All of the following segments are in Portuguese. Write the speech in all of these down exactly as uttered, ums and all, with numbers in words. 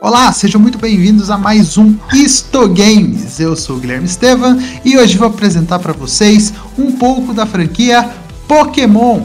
Olá, sejam muito bem-vindos a mais um Histogames. Eu sou o Guilherme Estevam e hoje vou apresentar para vocês um pouco da franquia Pokémon.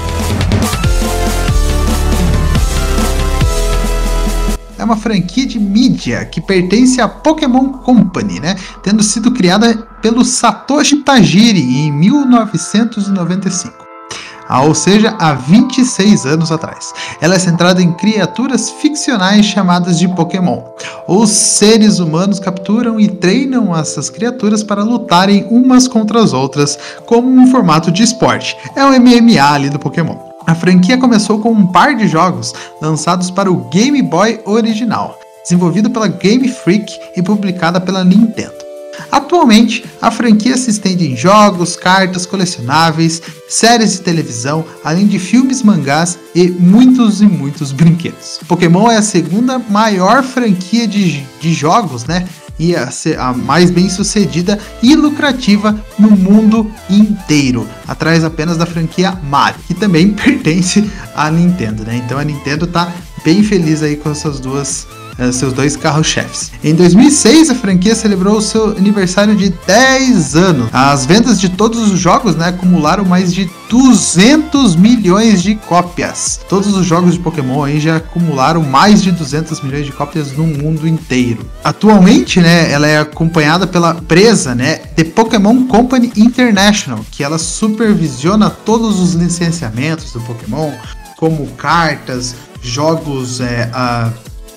É uma franquia de mídia que pertence à Pokémon Company, né? Tendo sido criada pelo Satoshi Tajiri em mil novecentos e noventa e cinco. Ah, ou seja, há vinte e seis anos atrás. Ela é centrada em criaturas ficcionais chamadas de Pokémon. Os seres humanos capturam e treinam essas criaturas para lutarem umas contra as outras, como um formato de esporte. É o M M A ali do Pokémon. A franquia começou com um par de jogos lançados para o Game Boy original, desenvolvido pela Game Freak e publicada pela Nintendo. Atualmente, a franquia se estende em jogos, cartas colecionáveis, séries de televisão, além de filmes, mangás e muitos e muitos brinquedos. Pokémon é a segunda maior franquia de, de jogos, né? E a, a mais bem sucedida e lucrativa no mundo inteiro, atrás apenas da franquia Mario, que também pertence à Nintendo, né? Então a Nintendo tá bem feliz aí com essas duas seus dois carros-chefes. Em dois mil e seis, a franquia celebrou o seu aniversário de dez anos. As vendas de todos os jogos, né, acumularam mais de duzentos milhões de cópias. Todos os jogos de Pokémon aí já acumularam mais de duzentos milhões de cópias no mundo inteiro. Atualmente, né, ela é acompanhada pela empresa, né, The Pokémon Company International, que ela supervisiona todos os licenciamentos do Pokémon, como cartas, jogos é, a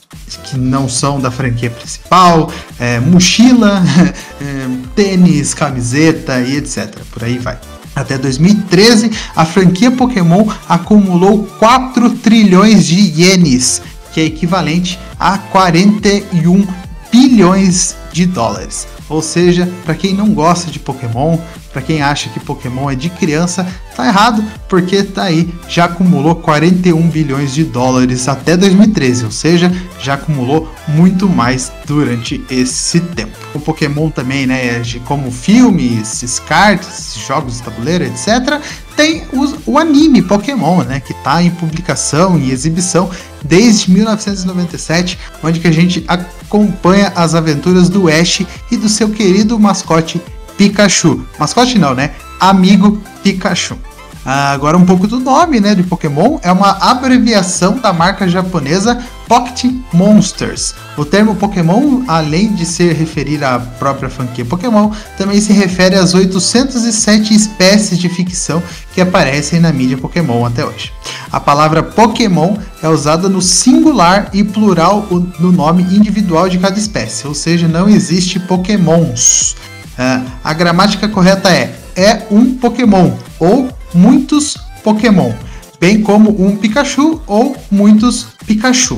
que não são da franquia principal, é, mochila, é, tênis, camiseta e etcétera. Por aí vai. Até dois mil e treze, a franquia Pokémon acumulou quatro trilhões de ienes, que é equivalente a quarenta e um bilhões de dólares. Ou seja, para quem não gosta de Pokémon, para quem acha que Pokémon é de criança, tá errado, porque tá aí, já acumulou quarenta e um bilhões de dólares até dois mil e treze, ou seja, já acumulou muito mais durante esse tempo. O Pokémon também, né, como filmes, cartas, jogos de tabuleiro, etcétera, tem os, o anime Pokémon, né, que tá em publicação e exibição desde mil novecentos e noventa e sete, onde que a gente acompanha as aventuras do Ash e do seu querido mascote Pikachu. Mascote não, né? Amigo Pikachu. Ah, agora um pouco do nome, né, de Pokémon. É uma abreviação da marca japonesa Pocket Monsters. O termo Pokémon, além de se referir à própria franquia Pokémon, também se refere às oitocentas e sete espécies de ficção que aparecem na mídia Pokémon até hoje. A palavra Pokémon é usada no singular e plural no nome individual de cada espécie, ou seja, não existe Pokémons. Uh, a gramática correta é é um Pokémon ou muitos Pokémon, bem como um Pikachu ou muitos Pikachu.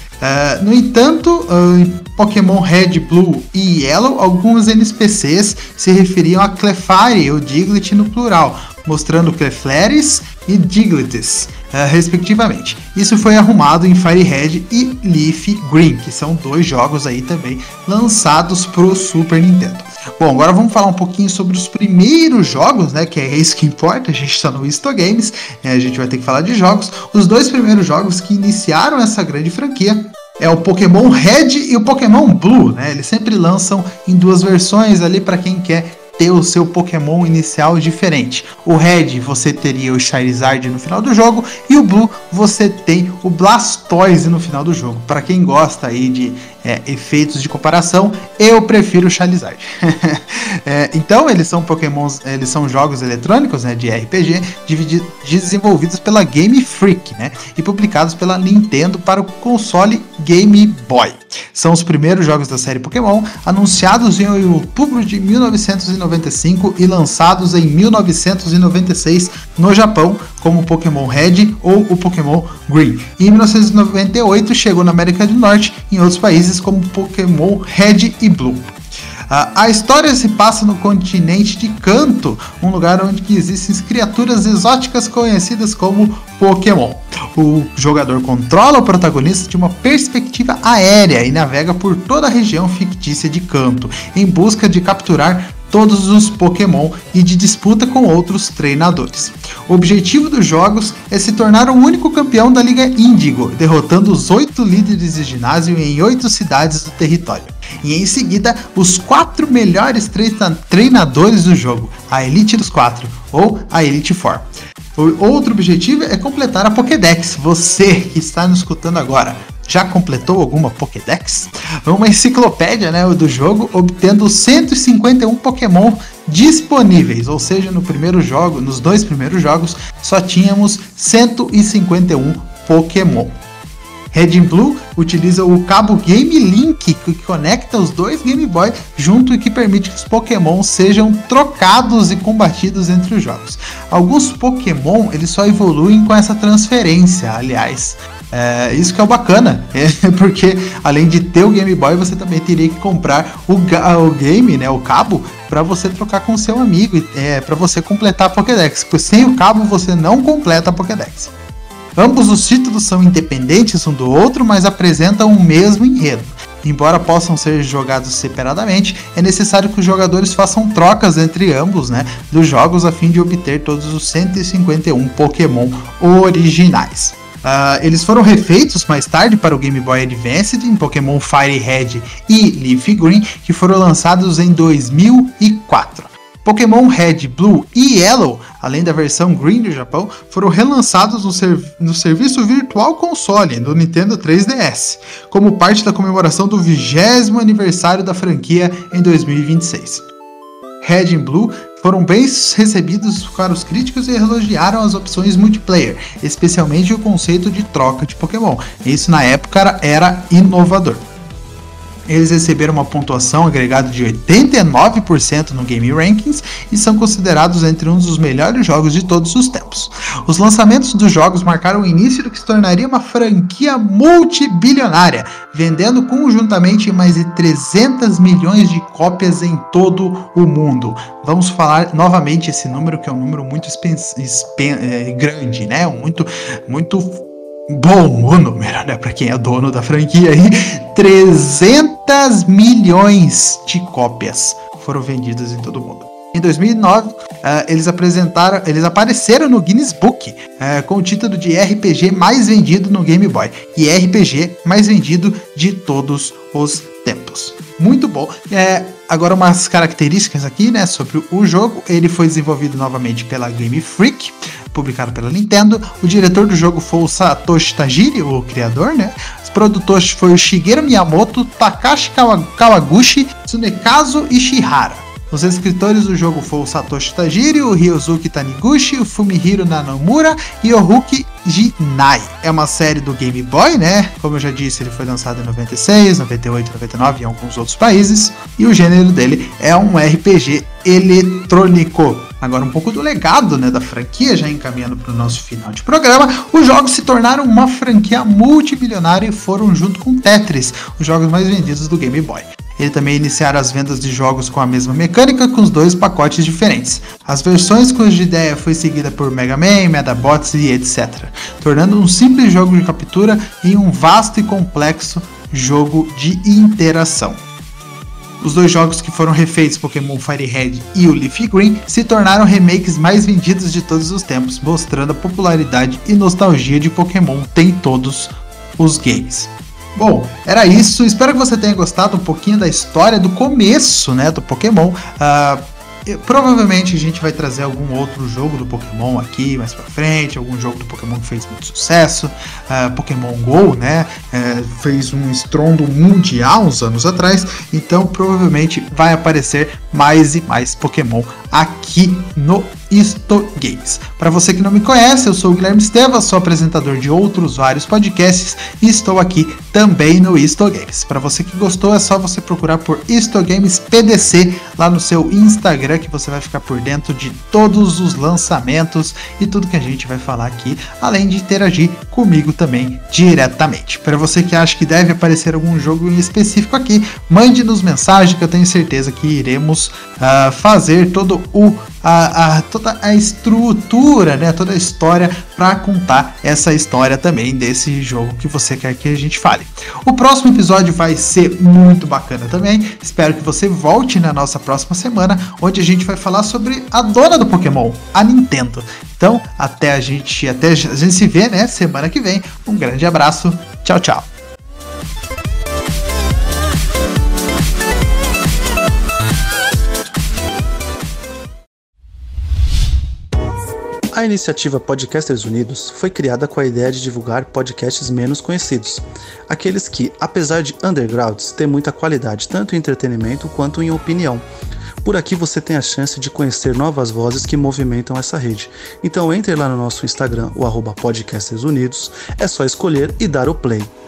Uh, no entanto, uh, em Pokémon Red, Blue e Yellow, alguns N P Cs se referiam a Clefairy ou Diglett no plural, mostrando Clefairies e Digletts, uh, respectivamente. Isso foi arrumado em Fire Red e Leaf Green, que são dois jogos aí também lançados para o Super Nintendo. Bom, agora vamos falar um pouquinho sobre os primeiros jogos, né, que é isso que importa, a gente está no Histogames, né, a gente vai ter que falar de jogos. Os dois primeiros jogos que iniciaram essa grande franquia é o Pokémon Red e o Pokémon Blue, né, eles sempre lançam em duas versões ali para quem quer ter o seu Pokémon inicial diferente. O Red você teria o Charizard no final do jogo e o Blue você tem o Blastoise no final do jogo. Para quem gosta aí de é, efeitos de comparação, eu prefiro o Charizard. é, então eles são Pokémons, eles são jogos eletrônicos, né, de R P G dividi- desenvolvidos pela Game Freak, né, e publicados pela Nintendo para o console Game Boy. São os primeiros jogos da série Pokémon, anunciados em outubro de mil novecentos e noventa e cinco e lançados em mil novecentos e noventa e seis no Japão, como o Pokémon Red ou o Pokémon Green. E em mil novecentos e noventa e oito chegou na América do Norte, em outros países como Pokémon Red e Blue. A história se passa no continente de Kanto, um lugar onde existem criaturas exóticas conhecidas como Pokémon. O jogador controla o protagonista de uma perspectiva aérea e navega por toda a região fictícia de Kanto, em busca de capturar todos os Pokémon e de disputa com outros treinadores. O objetivo dos jogos é se tornar o único campeão da Liga Índigo, derrotando os oito líderes de ginásio em oito cidades do território. E em seguida, os quatro melhores treina- treinadores do jogo, a Elite dos Quatro, ou a Elite Four. O outro objetivo é completar a Pokédex. Você que está nos escutando agora, já completou alguma Pokédex? Uma enciclopédia, né, do jogo, obtendo cento e cinquenta e um Pokémon disponíveis, ou seja, no primeiro jogo, nos dois primeiros jogos, só tínhamos cento e cinquenta e um Pokémon. Red and Blue utiliza o cabo Game Link, que conecta os dois Game Boy junto e que permite que os Pokémon sejam trocados e combatidos entre os jogos. Alguns Pokémon eles só evoluem com essa transferência, aliás. É, isso que é o bacana, é, porque além de ter o Game Boy, você também teria que comprar o, o game, né, o cabo, para você trocar com o seu amigo, é, para você completar a Pokédex, porque sem o cabo você não completa a Pokédex. Ambos os títulos são independentes um do outro, mas apresentam o mesmo enredo. Embora possam ser jogados separadamente, é necessário que os jogadores façam trocas entre ambos, né, dos jogos a fim de obter todos os cento e cinquenta e um Pokémon originais. Uh, eles foram refeitos mais tarde para o Game Boy Advance em Pokémon Fire Red e Leaf Green, que foram lançados em dois mil e quatro. Pokémon Red, Blue e Yellow, além da versão Green do Japão, foram relançados no, serv- no serviço Virtual Console do Nintendo três D S, como parte da comemoração do vigésimo aniversário da franquia em dois mil e vinte e seis. Red e Blue foram bem recebidos para os críticos e elogiaram as opções multiplayer, especialmente o conceito de troca de Pokémon. Isso na época era, era inovador. Eles receberam uma pontuação agregada de oitenta e nove por cento no Game Rankings e são considerados entre um dos melhores jogos de todos os tempos. Os lançamentos dos jogos marcaram o início do que se tornaria uma franquia multibilionária, vendendo conjuntamente mais de trezentos milhões de cópias em todo o mundo. Vamos falar novamente esse número, que é um número muito expen- expen- é, grande, né? Muito, muito bom o número, né? Para quem é dono da franquia aí, trezentos milhões de cópias foram vendidas em todo o mundo. Em dois mil e nove, uh, eles apresentaram, eles apareceram no Guinness Book uh, com o título de R P G mais vendido no Game Boy e R P G mais vendido de todos os tempos. Muito bom. É, agora umas características aqui, né, sobre o jogo. Ele foi desenvolvido novamente pela Game Freak, publicado pela Nintendo. O diretor do jogo foi o Satoshi Tajiri, o criador, né? Os produtores foram o Shigeru Miyamoto, Takashi Kawaguchi, Tsunekazu Ishihara. Os escritores do jogo foram o Satoshi Tajiri, o Ryosuke Taniguchi, o Fumihiro Nanomura e o Huki Jinai. É uma série do Game Boy, né? Como eu já disse, ele foi lançado em noventa e seis, noventa e oito, noventa e nove e em alguns outros países. E o gênero dele é um R P G eletrônico. Agora um pouco do legado, né, da franquia, já encaminhando para o nosso final de programa. Os jogos se tornaram uma franquia multimilionária e foram, junto com Tetris, os jogos mais vendidos do Game Boy. Ele também iniciaram as vendas de jogos com a mesma mecânica, com os dois pacotes diferentes. As versões cuja ideia foi seguida por Mega Man, Medabots e etcétera, tornando um simples jogo de captura em um vasto e complexo jogo de interação. Os dois jogos que foram refeitos, Pokémon Fire Red e o Leaf Green, se tornaram remakes mais vendidos de todos os tempos, mostrando a popularidade e nostalgia de Pokémon em todos os games. Bom, era isso. Espero que você tenha gostado um pouquinho da história do começo, né, do Pokémon. Uh, provavelmente a gente vai trazer algum outro jogo do Pokémon aqui mais pra frente, algum jogo do Pokémon que fez muito sucesso. Uh, Pokémon Go, né, uh, fez um estrondo mundial uns anos atrás, então provavelmente vai aparecer mais e mais Pokémon aqui no Isto Games. Para você que não me conhece, eu sou o Guilherme Esteva, sou apresentador de outros vários podcasts e estou aqui também no Isto Games. Para você que gostou, é só você procurar por Isto Games P D C lá no seu Instagram, que você vai ficar por dentro de todos os lançamentos e tudo que a gente vai falar aqui, além de interagir comigo também diretamente. Para você que acha que deve aparecer algum jogo em específico aqui, mande-nos mensagem que eu tenho certeza que iremos uh, fazer todo o a, a, toda a estrutura, né, toda a história para contar essa história também desse jogo que você quer que a gente fale. O próximo episódio vai ser muito bacana também. Espero que você volte na nossa próxima semana, onde a gente vai falar sobre a dona do Pokémon, a Nintendo. Então, até a gente, até a gente se vê, né, semana que vem. Um grande abraço. Tchau, tchau. A iniciativa Podcasters Unidos foi criada com a ideia de divulgar podcasts menos conhecidos, aqueles que, apesar de undergrounds, têm muita qualidade tanto em entretenimento quanto em opinião. Por aqui você tem a chance de conhecer novas vozes que movimentam essa rede. Então entre lá no nosso Instagram, o arroba Podcasters Unidos, é só escolher e dar o play.